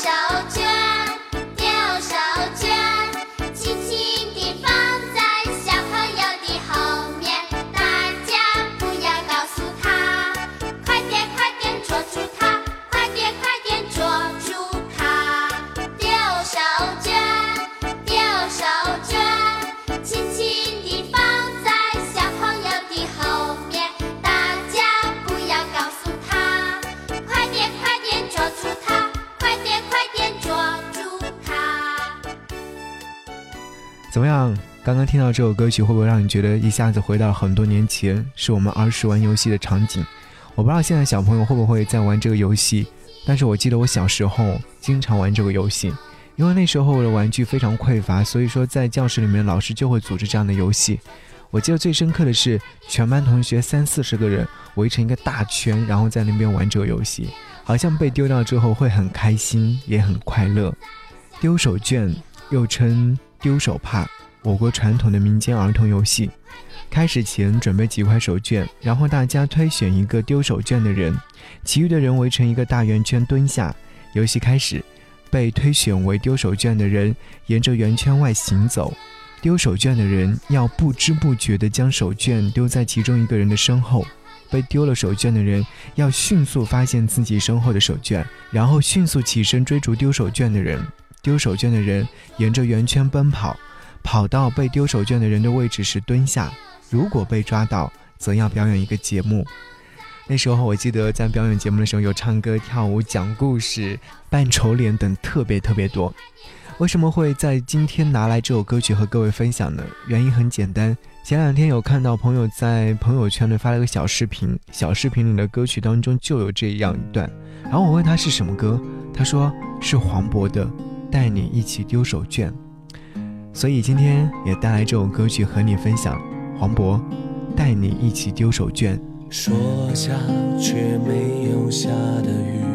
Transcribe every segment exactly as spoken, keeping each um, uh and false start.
怎么样？刚刚听到这首歌曲，会不会让你觉得一下子回到了很多年前，是我们儿时玩游戏的场景？我不知道现在小朋友会不会在玩这个游戏，但是我记得我小时候经常玩这个游戏，因为那时候的玩具非常匮乏，所以说在教室里面老师就会组织这样的游戏。我记得最深刻的是，全班同学三四十个人围成一个大圈，然后在那边玩这个游戏，好像被丢掉之后会很开心，也很快乐。丢手绢又称丢手帕，我国传统的民间儿童游戏。开始前准备几块手绢，然后大家推选一个丢手绢的人，其余的人围成一个大圆圈蹲下。游戏开始，被推选为丢手绢的人沿着圆圈外行走，丢手绢的人要不知不觉地将手绢丢在其中一个人的身后，被丢了手绢的人要迅速发现自己身后的手绢，然后迅速起身追逐丢手绢的人。丢手绢的人沿着圆圈奔跑，跑到被丢手绢的人的位置时蹲下，如果被抓到则要表演一个节目。那时候我记得在表演节目的时候有唱歌跳舞讲故事扮丑脸等特别特别多。为什么会在今天拿来这首歌曲和各位分享呢？原因很简单，前两天有看到朋友在朋友圈里发了个小视频，小视频里的歌曲当中就有这样一段，然后我问他是什么歌，他说是黄渤的带你一起丢手绢。所以今天也带来这首歌曲和你分享，黄渤带你一起丢手绢。 说下却没有下的雨，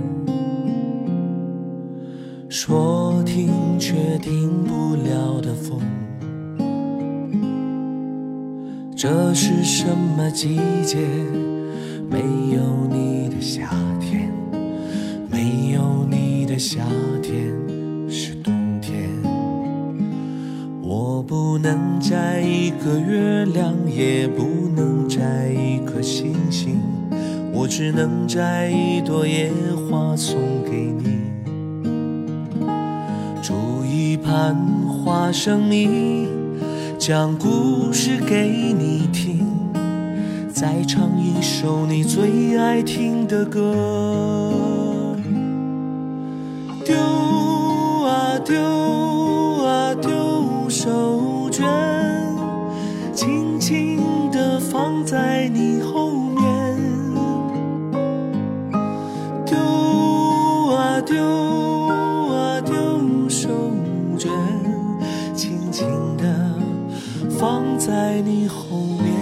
说停却停不了的风，这是什么季节？没有你的夏天，没有你的夏天是冬天。我不能摘一个月亮，也不能摘一颗星星，我只能摘一朵野花送给你。煮一盘花生米，讲故事给你听，再唱一首你最爱听的歌。丢啊丢啊丢手绢，轻轻地放在你后面。丢啊丢啊丢手绢，轻轻地放在你后面。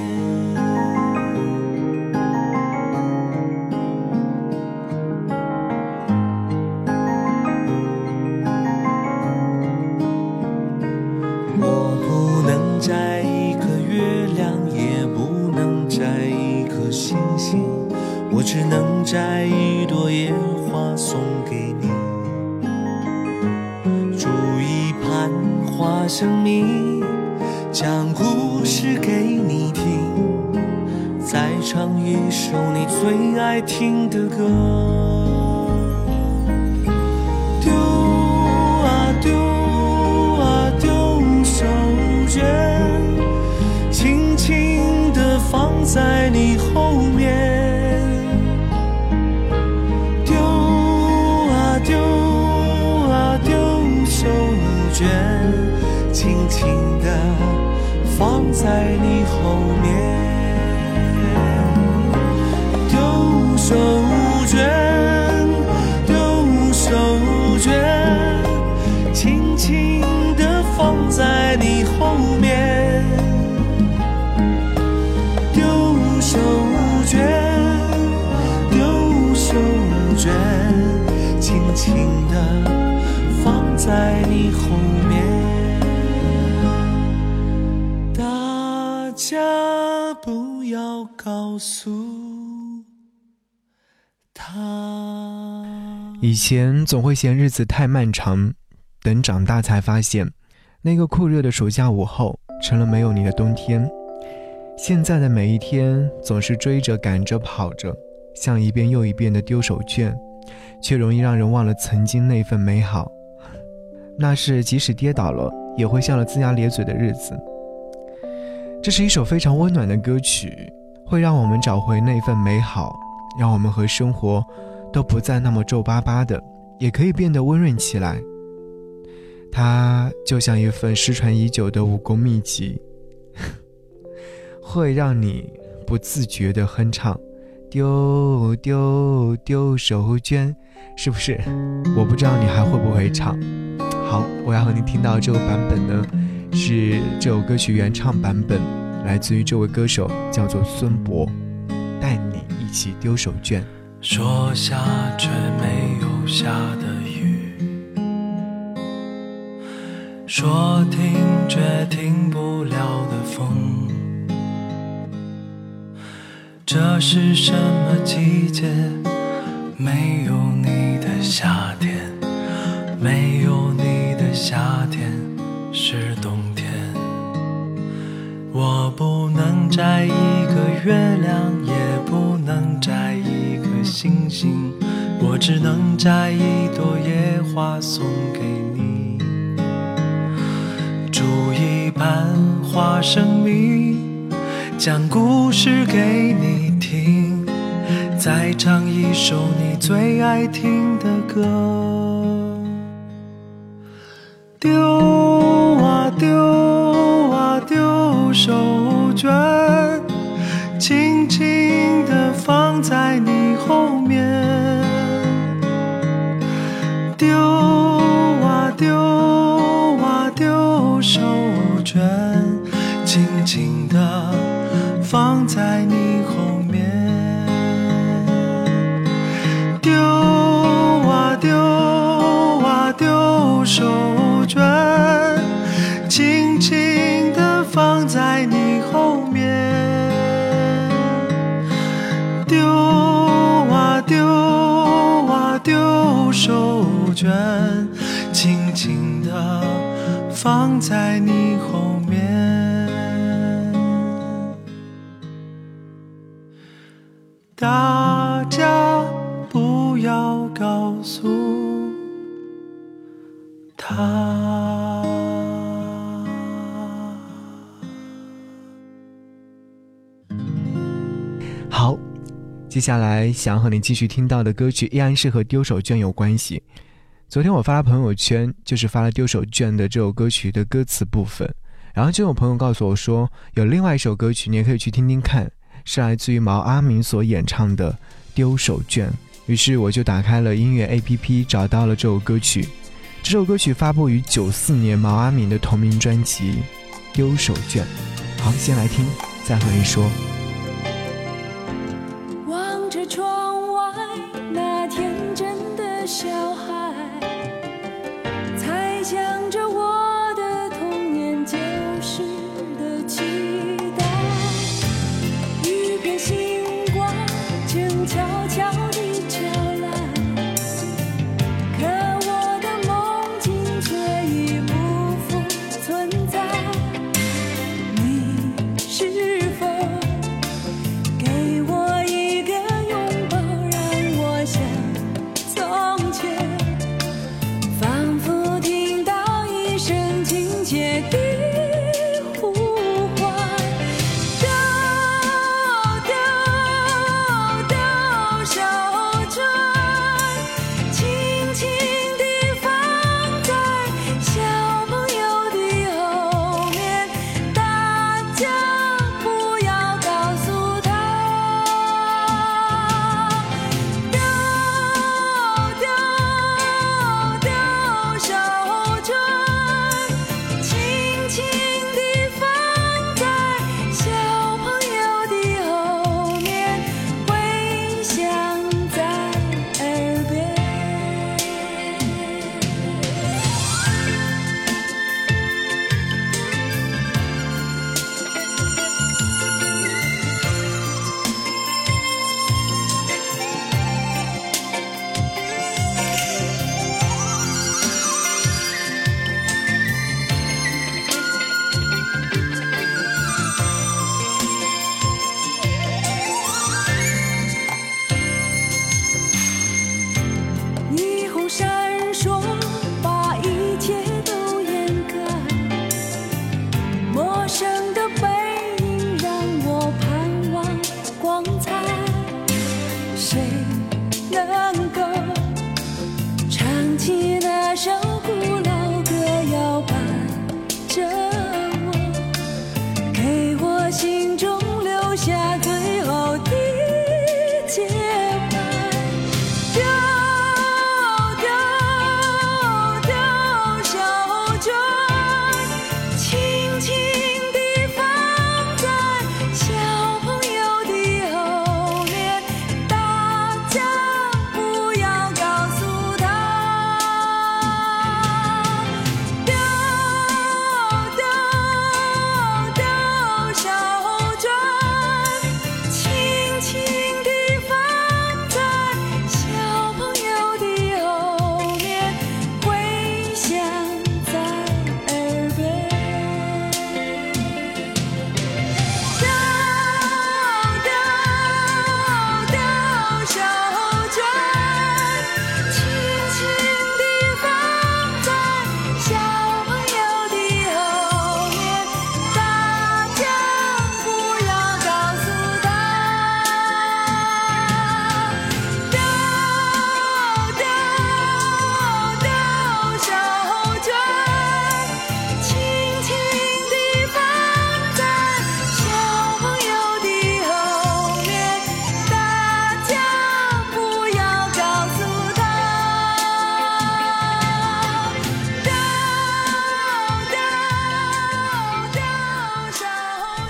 我不能摘一颗月亮，也不能摘一颗星星，我只能摘一朵野花送给你。煮一盘花生米，讲故事给你听，再唱一首你最爱听的歌。丢啊丢啊丢手绢，轻轻地放在你后面。丢啊丢啊丢手绢，轻轻地放在你后面。丢手绢，丢手绢，轻轻地放在你后面。丢手绢，丢手绢，轻轻地放在你后面。大家不要告诉他。 以前总会嫌日子太漫长，等长大才发现，那个酷热的暑假午后成了没有你的冬天。现在的每一天总是追着赶着跑着，像一遍又一遍的丢手绢，却容易让人忘了曾经那份美好，那是即使跌倒了也会笑得龇牙咧嘴的日子。这是一首非常温暖的歌曲，会让我们找回那份美好，让我们和生活都不再那么皱巴巴的，也可以变得温润起来。它就像一份失传已久的武功秘籍，会让你不自觉地哼唱丢丢丢手绢，是不是？我不知道你还会不会唱。好，我要和你听到这个版本呢，是这首歌曲原唱版本，来自于这位歌手叫做孙博，带你一起丢手绢。 说下却没有下的雨，说停却停不了的风，这是什么季节？没有你的夏天，没有你的夏天是冬天。我不能摘一个月亮，也不能摘一颗星星，我只能摘一朵野花送给你。煮一盘花生米，讲故事给你听，再唱一首你最爱听的歌。丢啊丢啊丢手绢，轻轻地放在你后面。丢啊丢啊丢手绢，轻轻地放在你后面。丢啊丢啊丢手绢，轻轻地放在你后面。丢啊丢啊丢手绢，轻轻地放在你后面。大家不要告诉他。 好，接下来想和你继续听到的歌曲依然是和丢手绢有关系。昨天我发了朋友圈，就是发了丢手绢的这首歌曲的歌词部分，然后就有朋友告诉我说有另外一首歌曲你也可以去听听看，是来自于毛阿敏所演唱的丢手绢。于是我就打开了音乐 A P P 找到了这首歌曲。这首歌曲发布于九四年毛阿敏的同名专辑《丢手绢》。好，先来听，再和你说。 望着窗外那天真的小孩，猜想着我的童年旧时的期待，一片星光正悄悄地敲来，可我的梦境却已不复存在。你是否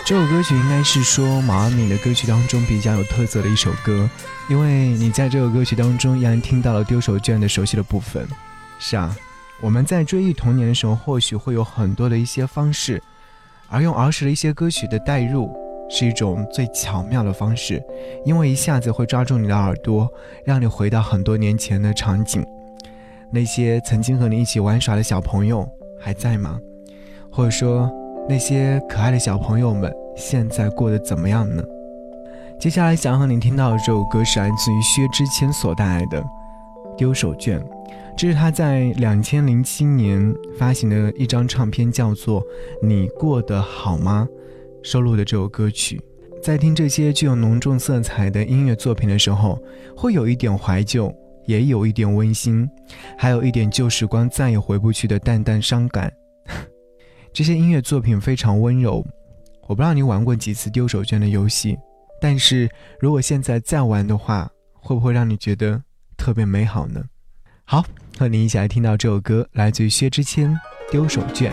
这首歌曲应该是说毛阿敏的歌曲当中比较有特色的一首歌，因为你在这首歌曲当中依然听到了丢手绢的熟悉的部分。是啊，我们在追忆童年的时候或许会有很多的一些方式，而用儿时的一些歌曲的代入是一种最巧妙的方式，因为一下子会抓住你的耳朵，让你回到很多年前的场景。那些曾经和你一起玩耍的小朋友还在吗？或者说那些可爱的小朋友们现在过得怎么样呢？接下来想和你听到的这首歌是来自于薛之谦所带来的《丢手绢》，这是他在两千零七年发行的一张唱片，叫做《你过得好吗》收录的这首歌曲。在听这些具有浓重色彩的音乐作品的时候，会有一点怀旧，也有一点温馨，还有一点旧时光再也回不去的淡淡伤感。这些音乐作品非常温柔，我不知道你玩过几次丢手绢的游戏，但是如果现在再玩的话，会不会让你觉得特别美好呢？好，和你一起来听到这首歌，来自于薛之谦《丢手绢》。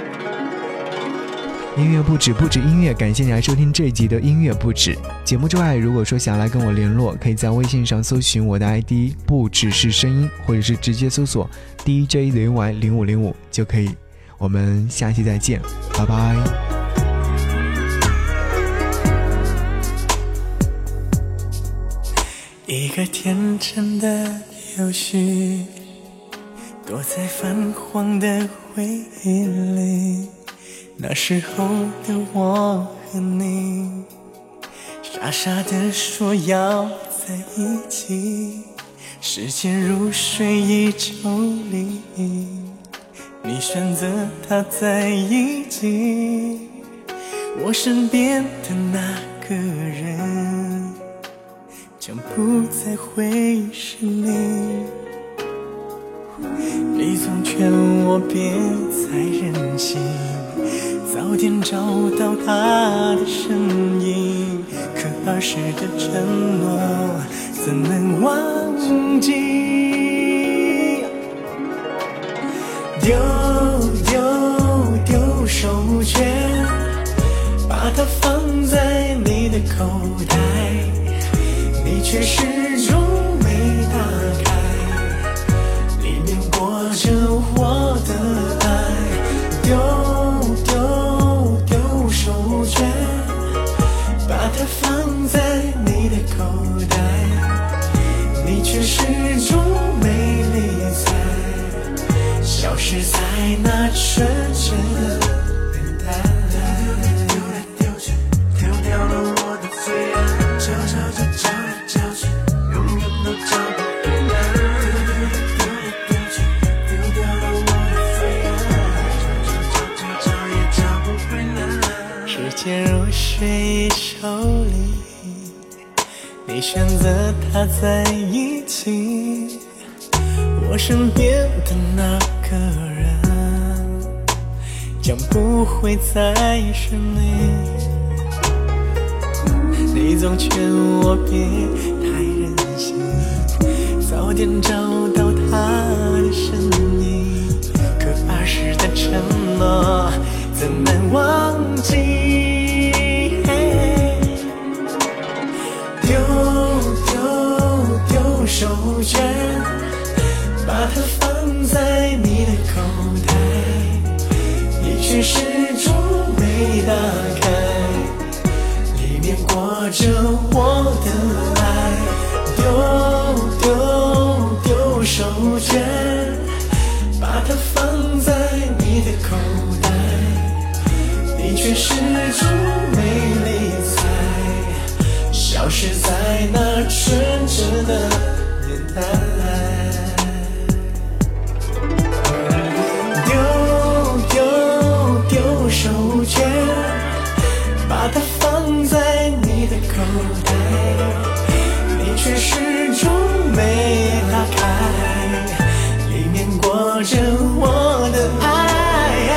音乐不止，不止音乐，感谢你来收听这一集的音乐不止。节目之外，如果说想来跟我联络，可以在微信上搜寻我的 I D 不只是声音，或者是直接搜索 D J 零 Y 零五零五就可以。我们下期再见，拜拜。 一个天真的游戏，躲在泛黄的回忆里，那时候的我和你傻傻地说要在一起，时间如水一抽离，你选择他在一起，我身边的那个人将不再会是你。你总劝我别再任性，早点找到他的身影，可儿时的承诺怎能忘记？丢丢丢手绢，把它放在你的口袋，你却始终没打开，里面裹着我的爱。丢丢丢手绢，把它放在你的口袋，你却始终没理睬，消失在那纯真的年代。丢来丢去，丢掉了我的最爱，找找着找来找去，永远都找不回来。丢来丢去，丢掉了我的最爱，找找找找也找不回来。时间如水一抽离，你选择他在一起，我身边的那个人将不会再是你。你总劝我别太任性，早点找到他的身影，可儿时的承诺怎能忘记？丢丢丢手绢，把它放在你的口袋，你却始终没打开，里面裹着我的爱。丢丢丢手绢，把它放在你的口袋，你却始终没理睬，消失在那纯真的年代。手绢，把它放在你的口袋，你却始终没打开，里面裹着我的爱。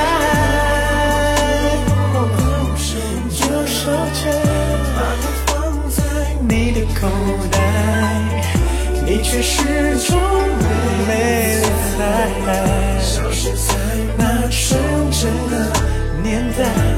丢手绢，把它放在你的口袋，你却始终没理睬，消失在那纯真的年代。